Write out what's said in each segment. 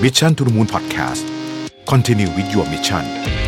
Mission to the Moon Podcast Continue with your mission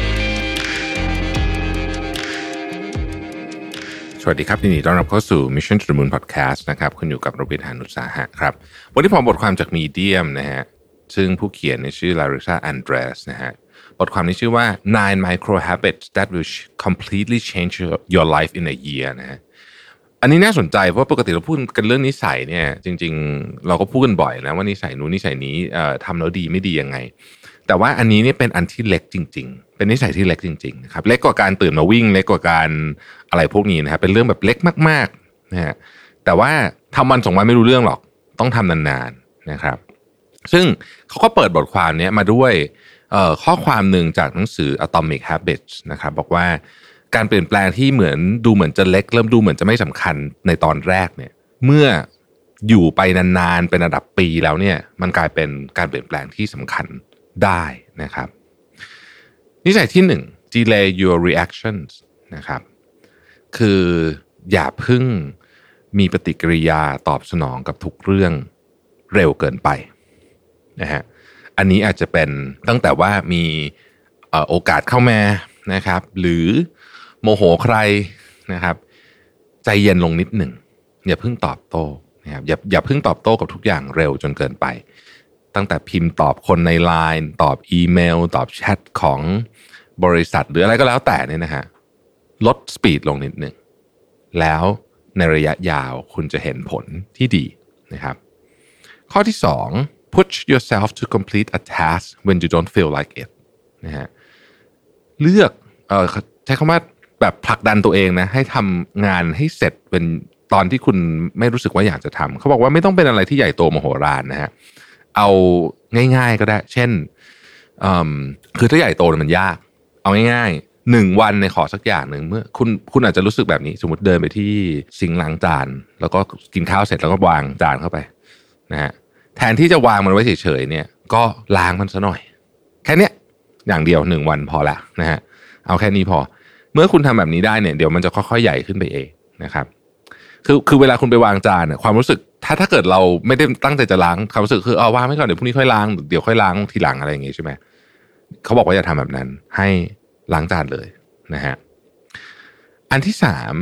สวัสดีครับยินดีต้อนรับเข้าสู่ Mission to the Moon Podcast นะครับคุณอยู่กับรวิทย์ หาญอุตสาหะครับวันนี้ผมบทความจาก Medium นะฮะซึ่งผู้เขียนชื่อ Larissa Andress นะฮะบทความนี้ชื่อว่า Nine Micro Habits That Will Completely Change Your Life in a Year นะฮะอันนี้น่าสนใจเพราะปกติเราพูดกันเรื่องนิสัยเนี่ยจริงๆเราก็พูดกันบ่อยนะว่านิสัยนู้นนิสัยนี้ทำแล้วดีไม่ดียังไงแต่ว่าอันนี้เนี่ยเป็นอันที่เล็กจริงๆเป็นนิสัยที่เล็กจริงๆนะครับเล็กกว่าการตื่นมาวิ่งเล็กกว่าการอะไรพวกนี้นะครับเป็นเรื่องแบบเล็กมากๆนะฮะแต่ว่าทำวันสองวันไม่รู้เรื่องหรอกต้องทำนานๆนะครับซึ่งเขาก็เปิดบทความนี้มาด้วยข้อความหนึ่งจากหนังสือ Atomic Habits นะครับบอกว่าการเปลี่ยนแปลงที่ดูเหมือนจะเล็กเริ่มดูเหมือนจะไม่สำคัญในตอนแรกเนี่ยเมื่ออยู่ไปนานๆเป็นระดับปีแล้วเนี่ยมันกลายเป็นการเปลี่ยนแปลงที่สำคัญได้นะครับนิสัยที่1 delay your reactions นะครับคืออย่าเพิ่งมีปฏิกิริยาตอบสนองกับทุกเรื่องเร็วเกินไปนะฮะอันนี้อาจจะเป็นตั้งแต่ว่ามีโอกาสเข้ามานะครับหรือโมโหใครนะครับใจเย็นลงนิดหนึ่งอย่าเพิ่งตอบโต้นะครับอย่าเพิ่งตอบโต้กับทุกอย่างเร็วจนเกินไปตั้งแต่พิมพ์ตอบคนใน LINE ตอบอีเมลตอบแชทของบริษัทหรืออะไรก็แล้วแต่เนี่ยนะฮะลดสปีดลงนิดหนึ่งแล้วในระยะยาวคุณจะเห็นผลที่ดีนะครับข้อที่2 push yourself to complete a task when you don't feel like it นะฮะเลือกใช้คำว่าแบบผลักดันตัวเองนะให้ทำงานให้เสร็จเป็นตอนที่คุณไม่รู้สึกว่าอยากจะทำเขาบอกว่าไม่ต้องเป็นอะไรที่ใหญ่โตมโหฬารนะฮะเอาง่ายๆก็ได้เช่นคือถ้าใหญ่โตมันยากเอาง่ายๆ1วันในขอสักอย่างหนึ่งเมื่อคุณอาจจะรู้สึกแบบนี้สมมติเดินไปที่ซิงค์ล้างจานแล้วก็กินข้าวเสร็จแล้วก็วางจานเข้าไปนะฮะแทนที่จะวางมันไว้เฉยๆเนี่ยก็ล้างมันซะหน่อยแค่เนี้ยอย่างเดียว1วันพอละนะฮะเอาแค่นี้พอเมื่อคุณทำแบบนี้ได้เนี่ยเดี๋ยวมันจะค่อยๆใหญ่ขึ้นไปเองนะครับคือเวลาคุณไปวางจานเนี่ยความรู้สึกถ้าเกิดเราไม่ได้ตั้งใจจะล้างความรู้สึกคือวางไว้ก่อนเดี๋ยวพรุ่งนี้ค่อยล้างเดี๋ยวค่อยล้างทีหลังอะไรอย่างงี้ใช่ไหมเขาบอกว่าอย่าทำแบบนั้นให้ล้างจานเลยนะฮะอันที่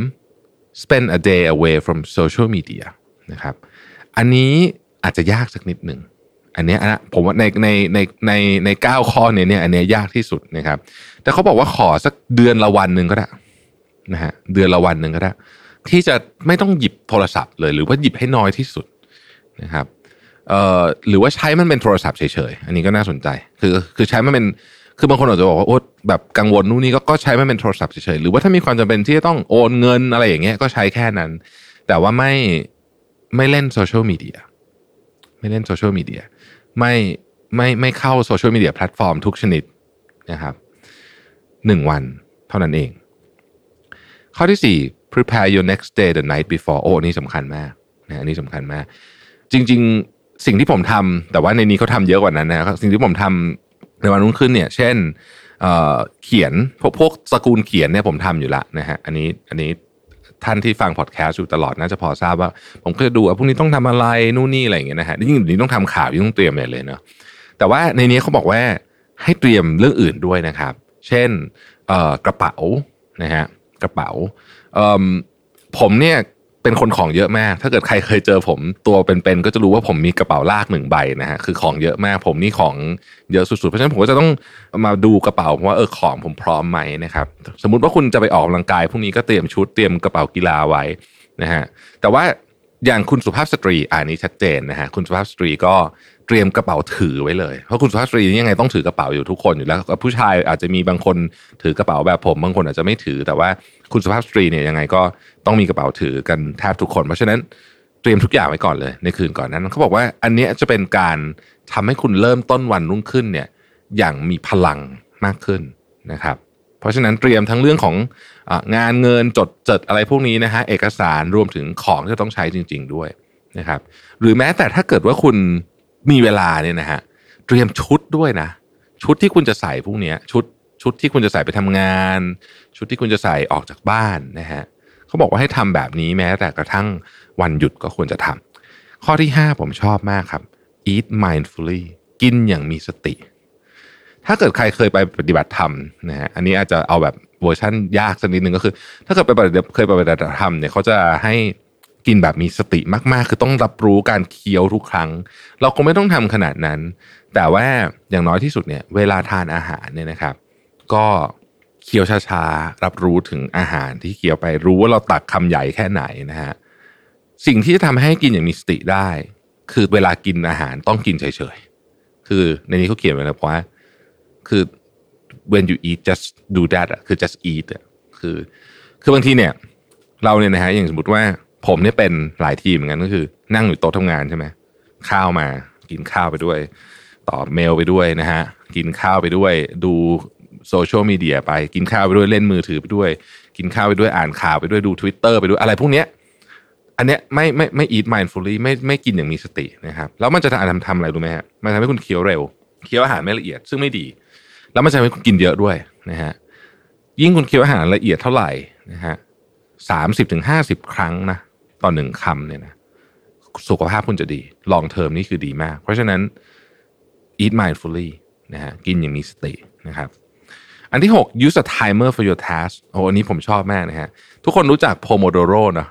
3 spend a day away from social media นะครับอันนี้อาจจะยากสักนิดหนึ่งอันนี้นะผมว่าใน9ข้อเนี่ยอันนี้ยากที่สุดนะครับแต่เขาบอกว่าขอสักเดือนละวันนึงก็ได้นะฮะเดือนละวันนึงก็ได้ที่จะไม่ต้องหยิบโทรศัพท์เลยหรือว่าหยิบให้น้อยที่สุดนะครับหรือว่าใช้มันเป็นโทรศัพท์เฉยๆอันนี้ก็น่าสนใจคือใช้มันเป็นคือบางคนอาจจะบอกว่าโอ๊ยแบบกังวลนู่นนี่ก็ใช้มันเป็นโทรศัพท์เฉยๆหรือว่าถ้ามีความจำเป็นที่จะต้องโอนเงินอะไรอย่างเงี้ยก็ใช้แค่นั้นแต่ว่าไม่เล่นโซเชียลมีเดียไม่เล่นโซเชียลมีเดียไม่เข้าโซเชียลมีเดียแพลตฟอร์มทุกชนิดนะครับ1วันเท่านั้นเองข้อที่4 prepare your next day the night before อันนี้สำคัญมากนะอันนี้สำคัญมากจริงๆสิ่งที่ผมทำแต่ว่าในนี้เขาทำเยอะกว่านั้นนะครับสิ่งที่ผมทำในวันรุ่งขึ้นเนี่ยเช่นเขียนพวกสกุลเขียนเนี่ยผมทำอยู่ละนะฮะอันนี้ท่านที่ฟังพอดแคสต์อยู่ตลอดน่าจะพอทราบว่าผมก็จะดูว่าพรุ่งนี้ต้องทำอะไรนู่นนี่อะไรอย่างเงี้ยนะฮะยิ่งนี้ต้องทำข่าวยิ่งต้องเตรียมเลยเนาะแต่ว่าในนี้เขาบอกว่าให้เตรียมเรื่องอื่นด้วยนะครับเช่นกระเป๋านะฮะกระเป๋าผมเนี่ยเป็นคนของเยอะมากถ้าเกิดใครเคยเจอผมตัวเป็นๆก็จะรู้ว่าผมมีกระเป๋าลาก1ใบนะฮะคือของเยอะมากผมนี่ของเยอะสุดๆเพราะฉะนั้นผมก็จะต้องมาดูกระเป๋าว่าของผมพร้อมไหมนะครับสมมุติว่าคุณจะไปออกกำลังกายพรุ่งนี้ก็เตรียมชุดเตรียมกระเป๋ากีฬาไว้นะฮะแต่ว่าอย่างคุณสุภาพสตรีอันนี้ชัดเจนนะฮะคุณสุภาพสตรีก็เตรียมกระเป๋าถือไว้เลยเพราะคุณสุภาพสตรีนี่ยังไงต้องถือกระเป๋าอยู่ทุกคนอยู่แล้วผู้ชายอาจจะมีบางคนถือกระเป๋าแบบผมบางคนอาจจะไม่ถือแต่ว่าคุณสุภาพสตรีเนี่ยยังไงก็ต้องมีกระเป๋าถือกันแทบทุกคนเพราะฉะนั้นเตรียมทุกอย่างไว้ก่อนเลยในคืนก่อนนั้นเขาบอกว่าอันนี้จะเป็นการทำให้คุณเริ่มต้นวันรุ่งขึ้นเนี่ยอย่างมีพลังมากขึ้นนะครับเพราะฉะนั้นเตรียมทั้งเรื่องของงานเงินจดอะไรพวกนี้นะฮะเอกสารรวมถึงของที่ต้องใช้จริงๆด้วยนะครับหรือแม้แต่ถ้าเกิดว่าคุณมีเวลาเนี่ยนะฮะเตรียมชุดด้วยนะชุดที่คุณจะใส่พวกนี้ชุดที่คุณจะใส่ไปทำงานชุดที่คุณจะใส่ออกจากบ้านนะฮะเขาบอกว่าให้ทำแบบนี้แม้แต่กระทั่งวันหยุดก็ควรจะทำข้อที่5ผมชอบมากครับ eat mindfully กินอย่างมีสติถ้าเกิดใครเคยไปปฏิบัติธรรมนะฮะอันนี้อาจจะเอาแบบเวอร์ชั่นยากสักนิดนึงก็คือถ้าเกิดเคยไปปฏิบัติธรรมเนี่ยเขาจะให้กินแบบมีสติมากๆคือต้องรับรู้การเคี้ยวทุกครั้งเราคงไม่ต้องทำขนาดนั้นแต่ว่าอย่างน้อยที่สุดเนี่ยเวลาทานอาหารเนี่ยนะครับก็เคี้ยวช้าๆรับรู้ถึงอาหารที่เคี้ยวไปรู้ว่าเราตักคำใหญ่แค่ไหนนะฮะสิ่งที่จะทำให้กินอย่างมีสติได้คือเวลากินอาหารต้องกินเฉยๆคือในนี้เขาเขียนไว้นะว่าคือ when you eat just do that อ่ะคือ just eat อ่ะคือบางทีเนี่ยเราเนี่ยนะฮะอย่างสมมติว่าผมเนี่ยเป็นหลายทีเหมือนกันก็คือนั่งอยู่โต๊ะทำงานใช่ไหมข้าวมากินข้าวไปด้วยตอบเมลไปด้วยนะฮะกินข้าวไปด้วยดูโซเชียลมีเดียไปกินข้าวไปด้วยเล่นมือถือไปด้วยกินข้าวไปด้วยอ่านข่าวไปด้วยดู Twitter ไปด้วยอะไรพวกเนี้ยอันเนี้ยไม่ eat mindfully ไม่กินอย่างมีสตินะครับแล้วมันจะทำอะไรรู้ไหมฮะมันทำให้คุณเคี้ยวเร็วเคี้ยวอาหารไม่ละเอียดซึ่งไม่ดีแล้วมันจะทำให้คุณกินเยอะด้วยนะฮะยิ่งคุณเคี้ยวอาหารละเอียดเท่าไหร่นะฮะ30-50 ครั้งนะต่อ1 คำเนี่ยนะสุขภาพคุณจะดี long term นี่คือดีมากเพราะฉะนั้น eat mindfully นะฮะกินอย่างมีสตินะครับอันที่6 use a timer for your task โอ้อันนี้ผมชอบมากนะฮะทุกคนรู้จัก Pomodoro เนาะ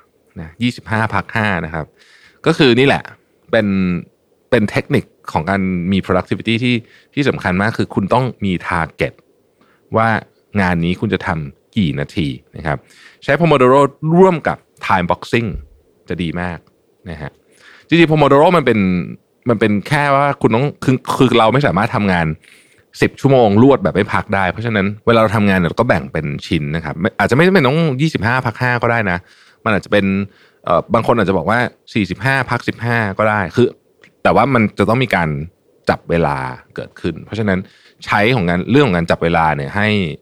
25 พัก 5นะครับก็คือนี่แหละเป็นเทคนิคของการมี productivity ที่สำคัญมากคือคุณต้องมี target ว่างานนี้คุณจะทำกี่นาทีนะครับใช้ Pomodoro ร่วมกับ time boxing จะดีมากนะฮะจริงๆ Pomodoro มันเป็นแค่ว่าคุณต้องคือเราไม่สามารถทำงาน10 ชั่วโมงรวดแบบไม่พักได้เพราะฉะนั้นเวลาเราทำงานเราก็แบ่งเป็นชิ้นนะครับอาจจะไม่จำเป็นต้อง25 พัก 5ก็ได้นะมันอาจจะเป็นบางคนอาจจะบอกว่า45 พัก 15ก็ได้คือแต่ว่ามันจะต้องมีการจับเวลาเกิดขึ้นเพราะฉะนั้นใช้ของงานเรื่องของการจับเวลาเนี่ย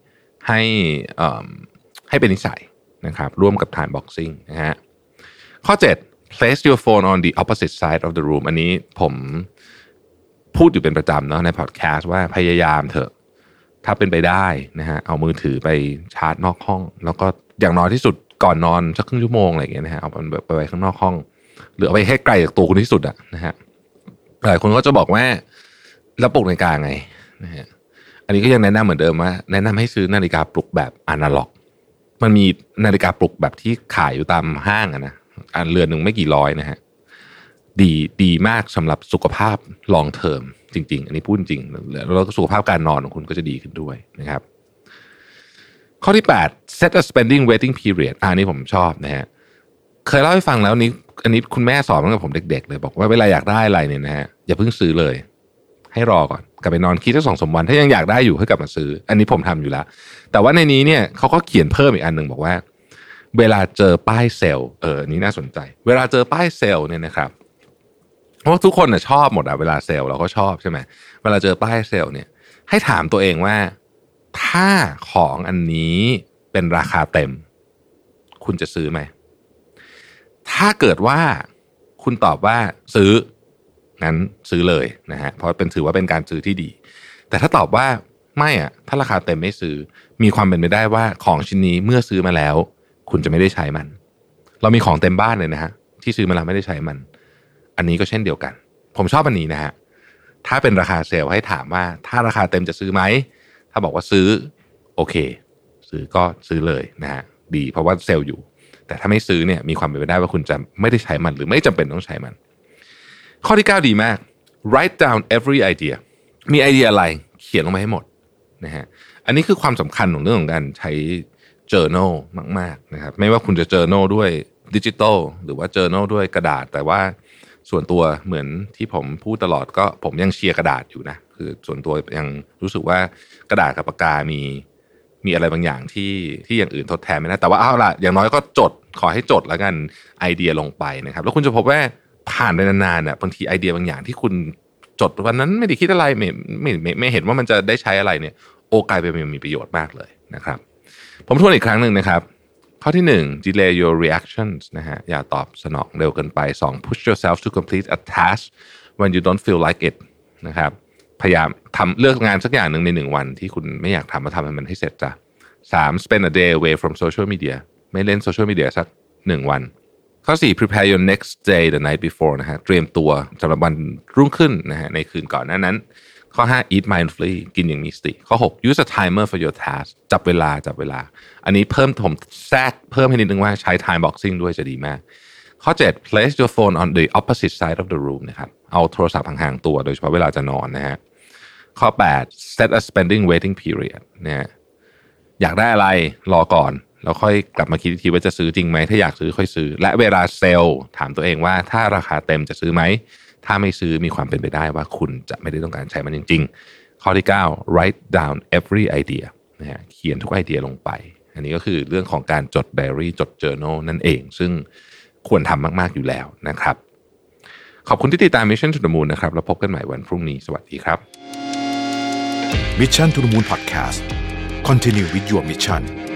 ให้เป็นนิสัยนะครับร่วมกับ time boxing นะฮะข้อ 7 place your phone on the opposite side of the room อันนี้ผมพูดอยู่เป็นประจำเนาะในพอดแคสต์ว่าพยายามเถอะถ้าเป็นไปได้นะฮะเอามือถือไปชาร์จนอกห้องแล้วก็อย่างน้อยที่สุดก่อนนอนสักครึ่งชั่วโมงอะไรอย่างเงี้ยนะฮะเอาไปไว้ข้างนอกห้องหรือเอาไปให้ไกลจากตัวคุณที่สุดอะนะฮะหลายคนก็จะบอกว่าแล้วปลุกนาฬิกาไงนะฮะอันนี้ก็ยังแนะนำเหมือนเดิมว่าแนะนำให้ซื้อนาฬิกาปลุกแบบอนาล็อกมันมีนาฬิกาปลุกแบบที่ขายอยู่ตามห้างอะนะอันเรือนหนึ่งไม่กี่ร้อยนะฮะดีมากสำหรับสุขภาพ long term จริงๆอันนี้พูดจริงแล้วสุขภาพการนอนของคุณก็จะดีขึ้นด้วยนะครับข้อที่8 set a spending waiting period อันนี้ผมชอบนะฮะเคยเล่าให้ฟังแล้วอันนี้คุณแม่สอนตั้งแต่ผมเด็กๆเลยบอกว่าเวลาอยากได้อะไรเนี่ยนะฮะอย่าเพิ่งซื้อเลยให้รอก่อนกลับไปนอนคิดสัก 2-3 วันถ้ายังอยากได้อยู่ให้กลับมาซื้ออันนี้ผมทำอยู่แล้วแต่ว่าในนี้เนี่ยเขาก็เขียนเพิ่มอีกอันนึงบอกว่าเวลาเจอป้ายเซลล์นี่น่าสนใจเวลาเจอป้ายเซลล์เนี่ยนะครับเพราะทุกคนน่ะชอบหมดเวลาเซลล์เราก็ชอบใช่ไหมเวลาเจอป้ายเซลล์เนี่ยให้ถามตัวเองว่าถ้าของอันนี้เป็นราคาเต็มคุณจะซื้อไหมถ้าเกิดว่าคุณตอบว่าซื้องั้นซื้อเลยนะฮะเพราะถือว่าเป็นการซื้อที่ดีแต่ถ้าตอบว่าไม่ถ้าราคาเต็มไม่ซื้อมีความเป็นไปได้ว่าของชิ้นนี้เมื่อซื้อมาแล้วคุณจะไม่ได้ใช้มันเรามีของเต็มบ้านเลยนะฮะที่ซื้อมาแล้วไม่ได้ใช้มันอันนี้ก็เช่นเดียวกันผมชอบอันนี้นะฮะถ้าเป็นราคาเซลล์ให้ถามว่าถ้าราคาเต็มจะซื้อไหมถ้าบอกว่าซื้อโอเคซื้อก็ซื้อเลยนะฮะดีเพราะว่าเซลล์อยู่แต่ถ้าไม่ซื้อเนี่ยมีความเป็นไปได้ว่าคุณจะไม่ได้ใช้มันหรือไม่จำเป็นต้องใช้มันข้อที่ 9 ดีมาก write down every idea มีไอเดียอะไรเขียนลงมาให้หมดนะฮะอันนี้คือความสำคัญของเรื่องของการใช้ journal มากๆนะครับไม่ว่าคุณจะ journal ด้วยดิจิทัลหรือว่า journal ด้วยกระดาษแต่ว่าส่วนตัวเหมือนที่ผมพูดตลอดก็ผมยังเชียร์กระดาษอยู่นะคือส่วนตัวยังรู้สึกว่ากระดาษกับปากกามีอะไรบางอย่างที่อย่างอื่นทดแทนไม่ได้แต่ว่าเอาล่ะอย่างน้อยก็จดขอให้จดแล้วกันไอเดียลงไปนะครับแล้วคุณจะพบว่าผ่านไปนานๆเนี่ยบางทีไอเดียบางอย่างที่คุณจดวันนั้นไม่ได้คิดอะไรไม่เห็นว่ามันจะได้ใช้อะไรเนี่ยกลายเป็นมีประโยชน์มากเลยนะครับผมทวนอีกครั้งหนึ่งนะครับข้อที่ 1 delay your reactions นะฮะอย่าตอบสนองเร็วเกินไป 2 push yourself to complete a task when you don't feel like it นะครับพยายามเลือกงานสักอย่างหนึ่งใน1 วันที่คุณไม่อยากทำมาทำให้มันให้เสร็จจ้ะ 3 spend a day away from social media ไม่เล่นโซเชียลมีเดียสัก1 วันข้อ4 prepare your next day the night before นะฮะเตรียมตัวสำหรับวันรุ่งขึ้นนะฮะในคืนก่อนหน้านั้นข้อ5 eat mindfully กินอย่างมีสติข้อ6 use a timer for your task จับเวลาอันนี้ผมแทรกเพิ่มให้นิดนึงว่าใช้ time boxing ด้วยจะดีมากข้อ7 place your phone on the opposite side of the room นะครับเอาโทรศัพท์ห่างๆตัวโดยเฉพาะเวลาจะนอนนะฮะข้อ8 set a spending waiting period นะฮะอยากได้อะไรรอก่อนแล้วค่อยกลับมาคิดอีกทีว่าจะซื้อจริงไหมถ้าอยากซื้อค่อยซื้อและเวลาเซลล์ถามตัวเองว่าถ้าราคาเต็มจะซื้อไหมถ้าไม่ซื้อมีความเป็นไปได้ว่าคุณจะไม่ได้ต้องการใช้มันจริงๆข้อที่9 write down every idea นะฮะเขียนทุกไอเดียลงไปอันนี้ก็คือเรื่องของการจดไดอารี่จด journal นั่นเองซึ่งควรทำมากๆอยู่แล้วนะครับขอบคุณที่ติดตาม Mission to the Moon นะครับแล้วพบกันใหม่วันพรุ่งนี้สวัสดีครับ Mission to the Moon Podcast Continue with your mission